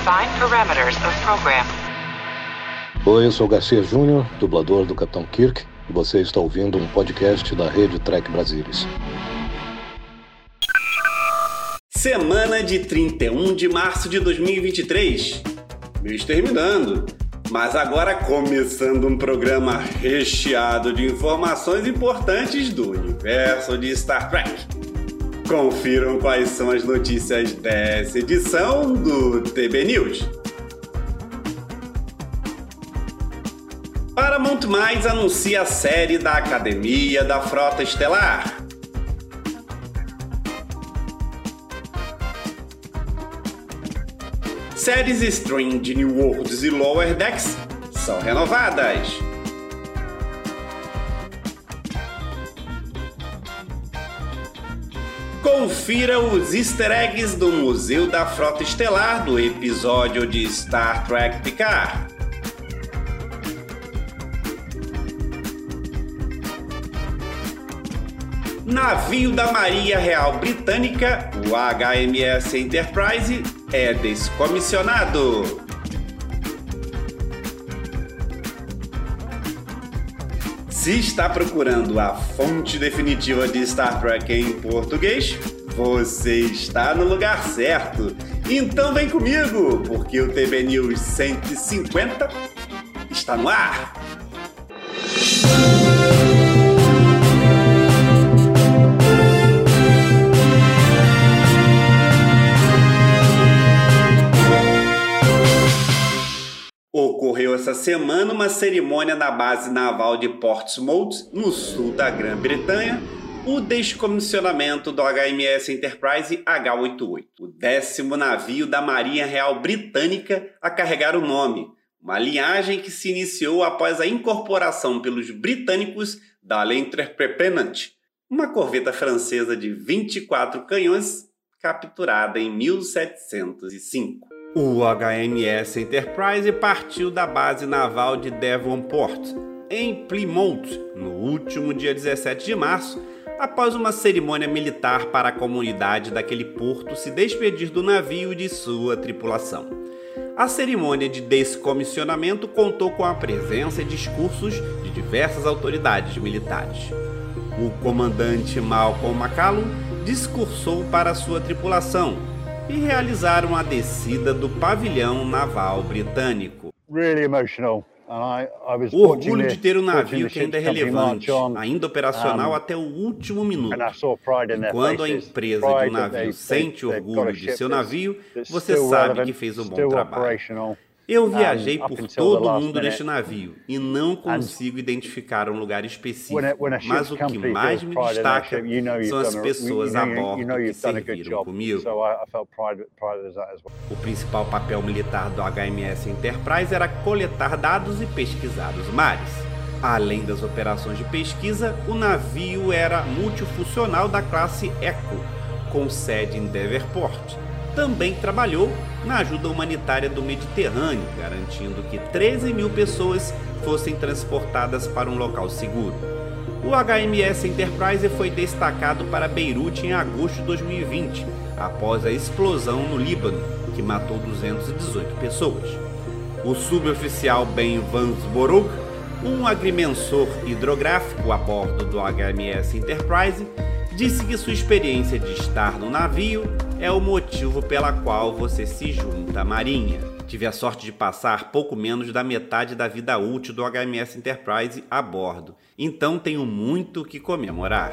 Define parameters of program. Oi, eu sou Garcia Júnior, dublador do Capitão Kirk, e você está ouvindo um podcast da Rede Trek Brasilis. Semana de 31 de março de 2023. Mês terminando, mas agora começando um programa recheado de informações importantes do universo de Star Trek. Confiram quais são as notícias dessa edição do TB News. Paramount+ anuncia a série da Academia da Frota Estelar. Séries Strange New Worlds e Lower Decks são renovadas. Confira os easter eggs do Museu da Frota Estelar do episódio de Star Trek Picard. Navio da Marinha Real Britânica, o HMS Enterprise, é descomissionado. Se está procurando a fonte definitiva de Star Trek em português, você está no lugar certo. Então vem comigo, porque o TB News 150 está no ar. Ocorreu essa semana uma cerimônia na base naval de Portsmouth, no sul da Grã-Bretanha, o descomissionamento do HMS Enterprise H-88, o 10º navio da Marinha Real Britânica a carregar o nome, uma linhagem que se iniciou após a incorporação pelos britânicos da L'Entreprenant, uma corveta francesa de 24 canhões capturada em 1705. O HMS Enterprise partiu da base naval de Devonport, em Plymouth, no último dia 17 de março, após uma cerimônia militar para a comunidade daquele porto se despedir do navio e de sua tripulação. A cerimônia de descomissionamento contou com a presença e discursos de diversas autoridades militares. O comandante Malcolm McCallum discursou para sua tripulação e realizaram a descida do pavilhão naval britânico. O orgulho de ter um navio que ainda é relevante, ainda operacional até o último minuto. E quando a empresa de um navio sente orgulho de seu navio, você sabe que fez um bom trabalho. Eu viajei por todo o mundo neste navio e não consigo identificar um lugar específico, mas o que mais me destaca são as pessoas a bordo que serviram comigo. O principal papel militar do HMS Enterprise era coletar dados e pesquisar os mares. Além das operações de pesquisa, o navio era multifuncional da classe Echo, com sede em Devonport. Também trabalhou na ajuda humanitária do Mediterrâneo, garantindo que 13 mil pessoas fossem transportadas para um local seguro. O HMS Enterprise foi destacado para Beirute em agosto de 2020, após a explosão no Líbano, que matou 218 pessoas. O suboficial Ben Vansborough, um agrimensor hidrográfico a bordo do HMS Enterprise, disse que sua experiência de estar no navio é o motivo pela qual você se junta à Marinha. Tive a sorte de passar pouco menos da metade da vida útil do HMS Enterprise a bordo, então tenho muito o que comemorar.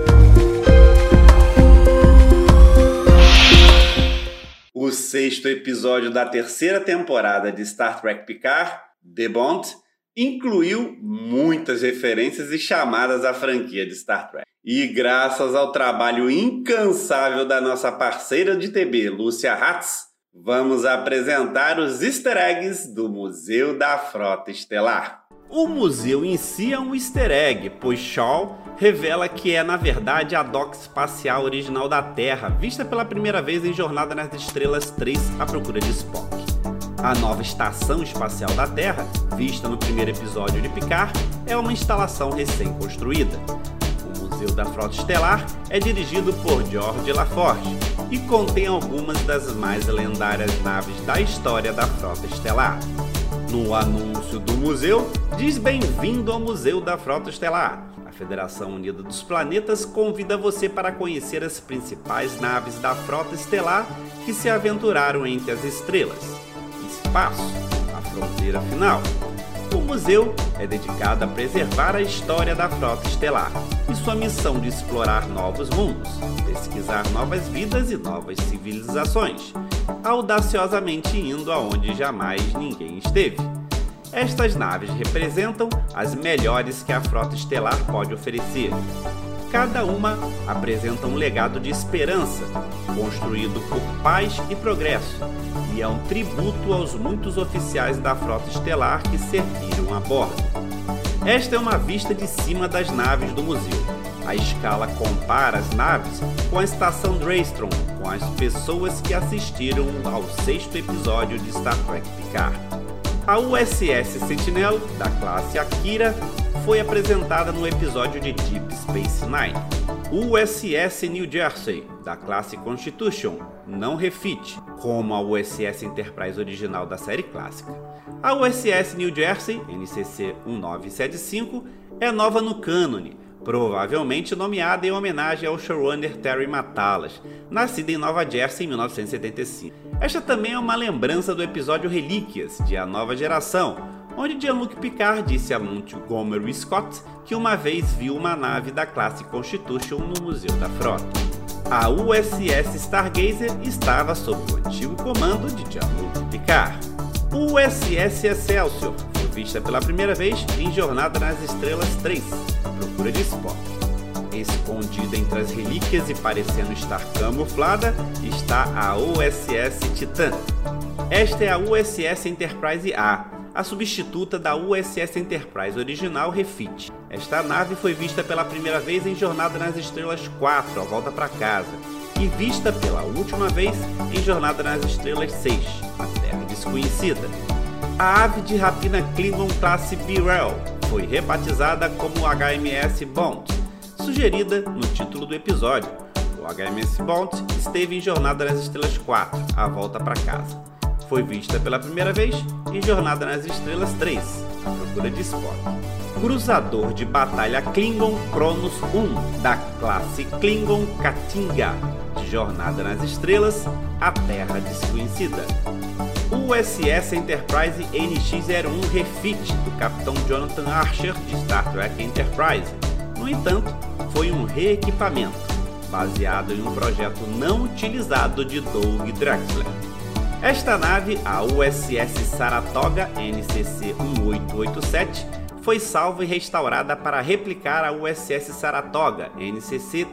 O 6º episódio da 3ª temporada de Star Trek Picard, The Bond, incluiu muitas referências e chamadas à franquia de Star Trek. E graças ao trabalho incansável da nossa parceira de TB, Lúcia Hatz, vamos apresentar os easter eggs do Museu da Frota Estelar. O museu em si é um easter egg, pois Shaw revela que é, na verdade, a doca espacial original da Terra, vista pela primeira vez em Jornada nas Estrelas 3, à procura de Spock. A nova Estação Espacial da Terra, vista no primeiro episódio de Picard, é uma instalação recém-construída. O Museu da Frota Estelar é dirigido por George LaForge e contém algumas das mais lendárias naves da história da Frota Estelar. No anúncio do museu, diz bem-vindo ao Museu da Frota Estelar. A Federação Unida dos Planetas convida você para conhecer as principais naves da Frota Estelar que se aventuraram entre as estrelas. Espaço, a fronteira final. O museu é dedicado a preservar a história da Frota Estelar e sua missão de explorar novos mundos, pesquisar novas vidas e novas civilizações, audaciosamente indo aonde jamais ninguém esteve. Estas naves representam as melhores que a Frota Estelar pode oferecer. Cada uma apresenta um legado de esperança, construído por paz e progresso, e é um tributo aos muitos oficiais da Frota Estelar que serviram a bordo. Esta é uma vista de cima das naves do museu. A escala compara as naves com a estação Draystrom, com as pessoas que assistiram ao 6º episódio de Star Trek Picard. A USS Sentinel, da classe Akira, foi apresentada no episódio de Deep Space Nine. USS New Jersey, da classe Constitution, não refit, como a USS Enterprise original da série clássica. A USS New Jersey, NCC 1975, é nova no cânone, provavelmente nomeada em homenagem ao showrunner Terry Matalas, nascido em Nova Jersey em 1975. Esta também é uma lembrança do episódio Relíquias, de A Nova Geração, onde Jean-Luc Picard disse a Montgomery Scott que uma vez viu uma nave da classe Constitution no Museu da Frota. A USS Stargazer estava sob o antigo comando de Jean-Luc Picard. USS Excelsior foi vista pela primeira vez em Jornada nas Estrelas 3, A Procura de Spock. Escondida entre as relíquias e parecendo estar camuflada, está a USS Titan. Esta é a USS Enterprise a substituta da USS Enterprise original refit. Esta nave foi vista pela primeira vez em Jornada nas Estrelas 4, A Volta para Casa, e vista pela última vez em Jornada nas Estrelas 6, A Terra Desconhecida. A ave de rapina Klingon classe Beryl foi rebatizada como HMS Bond, sugerida no título do episódio. O HMS Bond esteve em Jornada nas Estrelas 4, A Volta para Casa. Foi vista pela primeira vez em Jornada nas Estrelas 3, A Procura de Spock. Cruzador de batalha Klingon Kronos 1, da classe Klingon Katinga, de Jornada nas Estrelas, A Terra Desconhecida. USS Enterprise NX-01 refit, do Capitão Jonathan Archer, de Star Trek Enterprise. No entanto, foi um reequipamento, baseado em um projeto não utilizado de Doug Drexler. Esta nave, a USS Saratoga NCC 1887, foi salva e restaurada para replicar a USS Saratoga NCC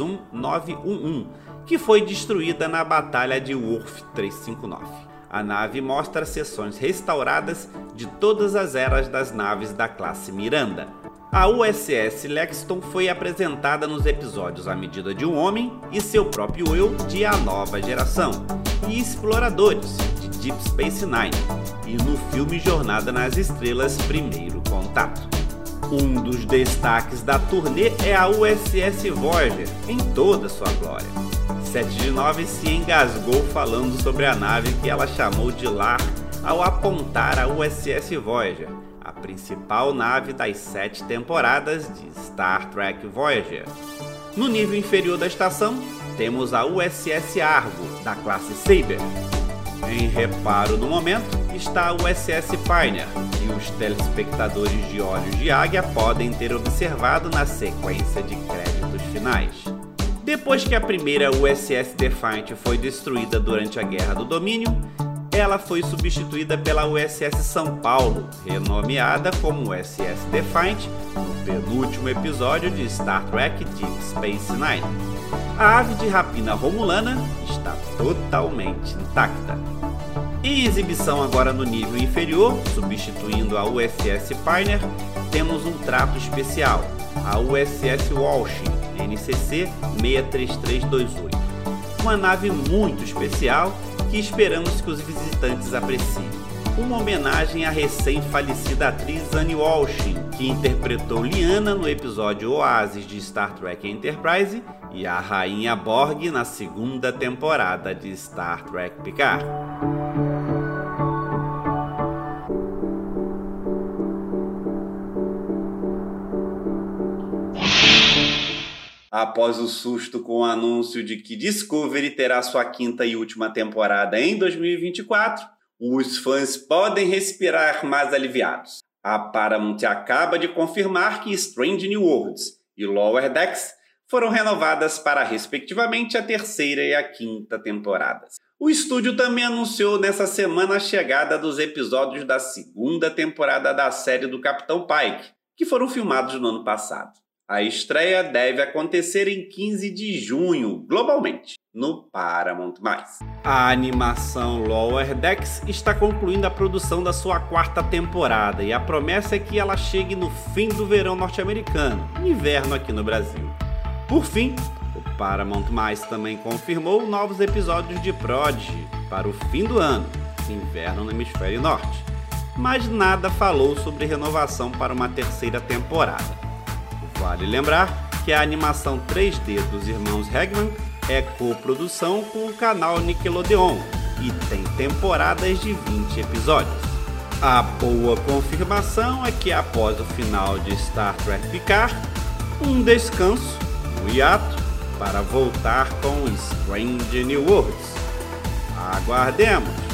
31911, que foi destruída na Batalha de Worf 359. A nave mostra seções restauradas de todas as eras das naves da classe Miranda. A USS Lexington foi apresentada nos episódios A Medida de um Homem e Seu Próprio Eu de A Nova Geração, e Exploradores, de Deep Space Nine, e no filme Jornada nas Estrelas Primeiro Contato. Um dos destaques da turnê é a USS Voyager, em toda sua glória. 7 de 9 se engasgou falando sobre a nave que ela chamou de lar ao apontar a USS Voyager, a principal nave das 7 temporadas de Star Trek Voyager. No nível inferior da estação, temos a USS Argo, da classe Saber. Em reparo no momento, está a USS Pioneer, que os telespectadores de Olhos de Águia podem ter observado na sequência de créditos finais. Depois que a primeira USS Defiant foi destruída durante a Guerra do Domínio, ela foi substituída pela USS São Paulo, renomeada como USS Defiant no penúltimo episódio de Star Trek Deep Space Nine. A ave de rapina romulana está totalmente intacta. Em exibição agora no nível inferior, substituindo a USS Pioneer, temos um trato especial, a USS Walsh, NCC 63328. Uma nave muito especial que esperamos que os visitantes apreciem. uma homenagem à recém-falecida atriz Annie Walsh, que interpretou Lyanna no episódio Oasis de Star Trek Enterprise e a Rainha Borg na segunda temporada de Star Trek Picard. Após o susto com o anúncio de que Discovery terá sua quinta e última temporada em 2024, os fãs podem respirar mais aliviados. A Paramount acaba de confirmar que Strange New Worlds e Lower Decks foram renovadas para, respectivamente, a terceira e a quinta temporadas. O estúdio também anunciou nessa semana a chegada dos episódios da segunda temporada da série do Capitão Pike, que foram filmados no ano passado. A estreia deve acontecer em 15 de junho, globalmente, no Paramount+. A animação Lower Decks está concluindo a produção da sua quarta temporada e a promessa é que ela chegue no fim do verão norte-americano, inverno aqui no Brasil. Por fim, o Paramount+ também confirmou novos episódios de Prodigy para o fim do ano, inverno no hemisfério norte, mas nada falou sobre renovação para uma terceira temporada. Vale lembrar que a animação 3D dos irmãos Hegman é coprodução com o canal Nickelodeon e tem temporadas de 20 episódios. A boa confirmação é que após o final de Star Trek Picard, um descanso, um hiato, para voltar com Strange New Worlds. Aguardemos!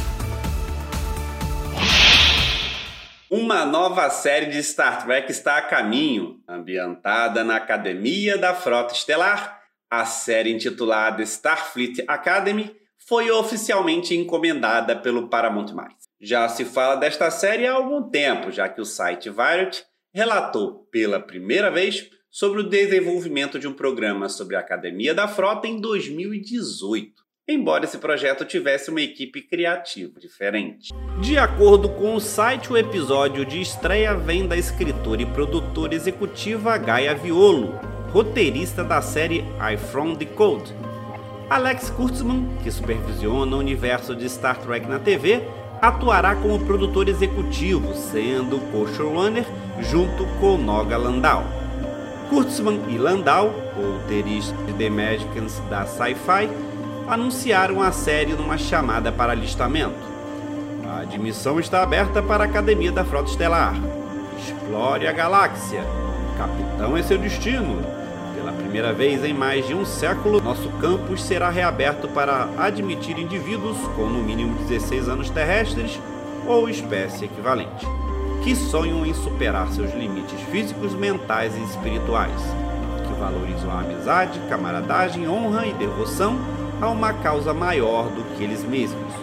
Uma nova série de Star Trek está a caminho. Ambientada na Academia da Frota Estelar, a série intitulada Starfleet Academy foi oficialmente encomendada pelo Paramount+. Já se fala desta série há algum tempo, já que o site Variety relatou pela primeira vez sobre o desenvolvimento de um programa sobre a Academia da Frota em 2018. Embora esse projeto tivesse uma equipe criativa diferente. De acordo com o site, o episódio de estreia vem da escritora e produtora executiva Gaia Violo, roteirista da série I From The Code. Alex Kurtzman, que supervisiona o universo de Star Trek na TV, atuará como produtor executivo, sendo co-showrunner junto com Noga Landau. Kurtzman e Landau, roteirista de The Magicians da Sci-Fi, anunciaram a série numa chamada para alistamento. A admissão está aberta para a Academia da Frota Estelar. Explore a galáxia. O capitão é seu destino. Pela primeira vez em mais de um século, nosso campus será reaberto para admitir indivíduos com no mínimo 16 anos terrestres ou espécie equivalente, que sonham em superar seus limites físicos, mentais e espirituais, que valorizam a amizade, camaradagem, honra e devoção a uma causa maior do que eles mesmos.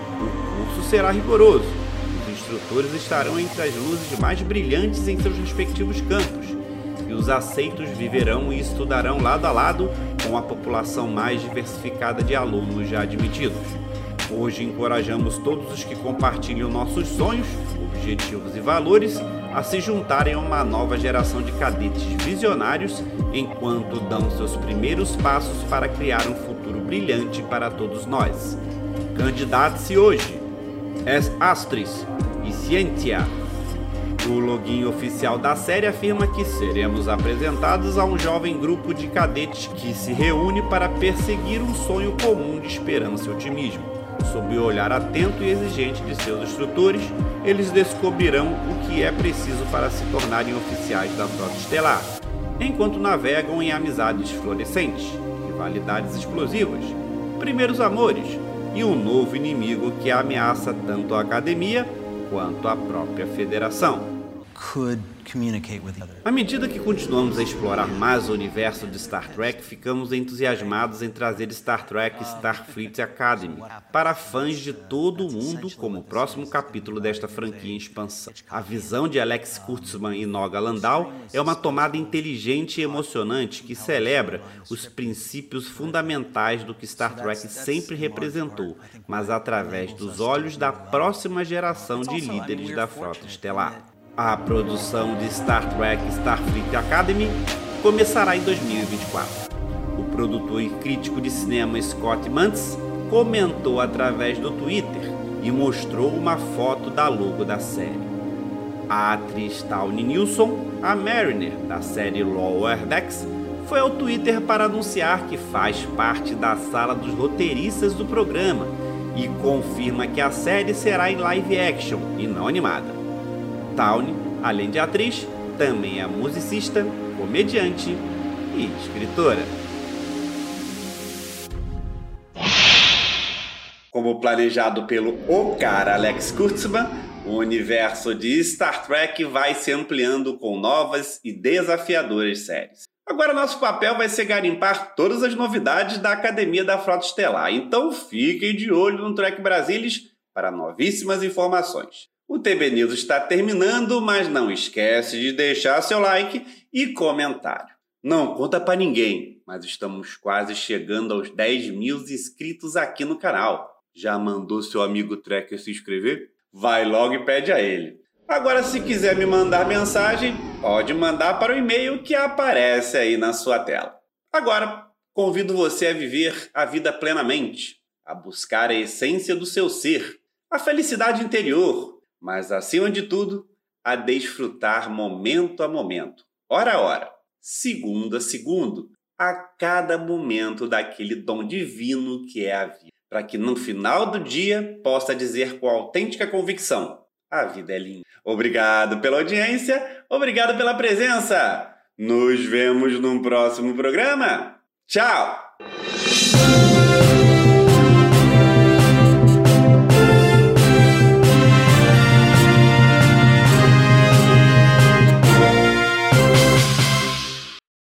O curso será rigoroso. Os instrutores estarão entre as luzes mais brilhantes em seus respectivos campos, e os aceitos viverão e estudarão lado a lado com a população mais diversificada de alunos já admitidos. Hoje encorajamos todos os que compartilham nossos sonhos, objetivos e valores a se juntarem a uma nova geração de cadetes visionários enquanto dão seus primeiros passos para criar um futuro brilhante para todos nós. Candidate-se hoje. Es Astris e Scientia. O login oficial da série afirma que seremos apresentados a um jovem grupo de cadetes que se reúne para perseguir um sonho comum de esperança e otimismo. Sob o olhar atento e exigente de seus instrutores, eles descobrirão o que é preciso para se tornarem oficiais da Frota Estelar, enquanto navegam em amizades florescentes, rivalidades explosivas, primeiros amores e um novo inimigo que ameaça tanto a Academia quanto a própria Federação. À medida que continuamos a explorar mais o universo de Star Trek, ficamos entusiasmados em trazer Star Trek Starfleet Academy para fãs de todo o mundo como o próximo capítulo desta franquia em expansão. A visão de Alex Kurtzman e Noga Landau é uma tomada inteligente e emocionante que celebra os princípios fundamentais do que Star Trek sempre representou, mas através dos olhos da próxima geração de líderes da Frota Estelar. A produção de Star Trek Starfleet Academy começará em 2024. O produtor e crítico de cinema Scott Mantz comentou através do Twitter: e mostrou uma foto da logo da série. A atriz Tawny Nilsson, a Mariner da série Lower Decks, foi ao Twitter para anunciar que faz parte da sala dos roteiristas do programa e confirma que a série será em live action e não animada. Tawny, além de atriz, também é musicista, comediante e escritora. Como planejado pelo cara Alex Kurtzman, o universo de Star Trek vai se ampliando com novas e desafiadoras séries. Agora nosso papel vai ser garimpar todas as novidades da Academia da Frota Estelar, então fiquem de olho no Trek Brasilis para novíssimas informações. O TB News está terminando, mas não esquece de deixar seu like e comentário. Não conta para ninguém, mas estamos quase chegando aos 10 mil inscritos aqui no canal. Já mandou seu amigo Trekker se inscrever? Vai logo e pede a ele. Agora, se quiser me mandar mensagem, pode mandar para o e-mail que aparece aí na sua tela. Agora, convido você a viver a vida plenamente, a buscar a essência do seu ser, a felicidade interior, mas, acima de tudo, a desfrutar momento a momento, hora a hora, segundo a segundo, a cada momento daquele dom divino que é a vida, para que no final do dia possa dizer com autêntica convicção: a vida é linda. Obrigado pela audiência, obrigado pela presença. Nos vemos no próximo programa. Tchau!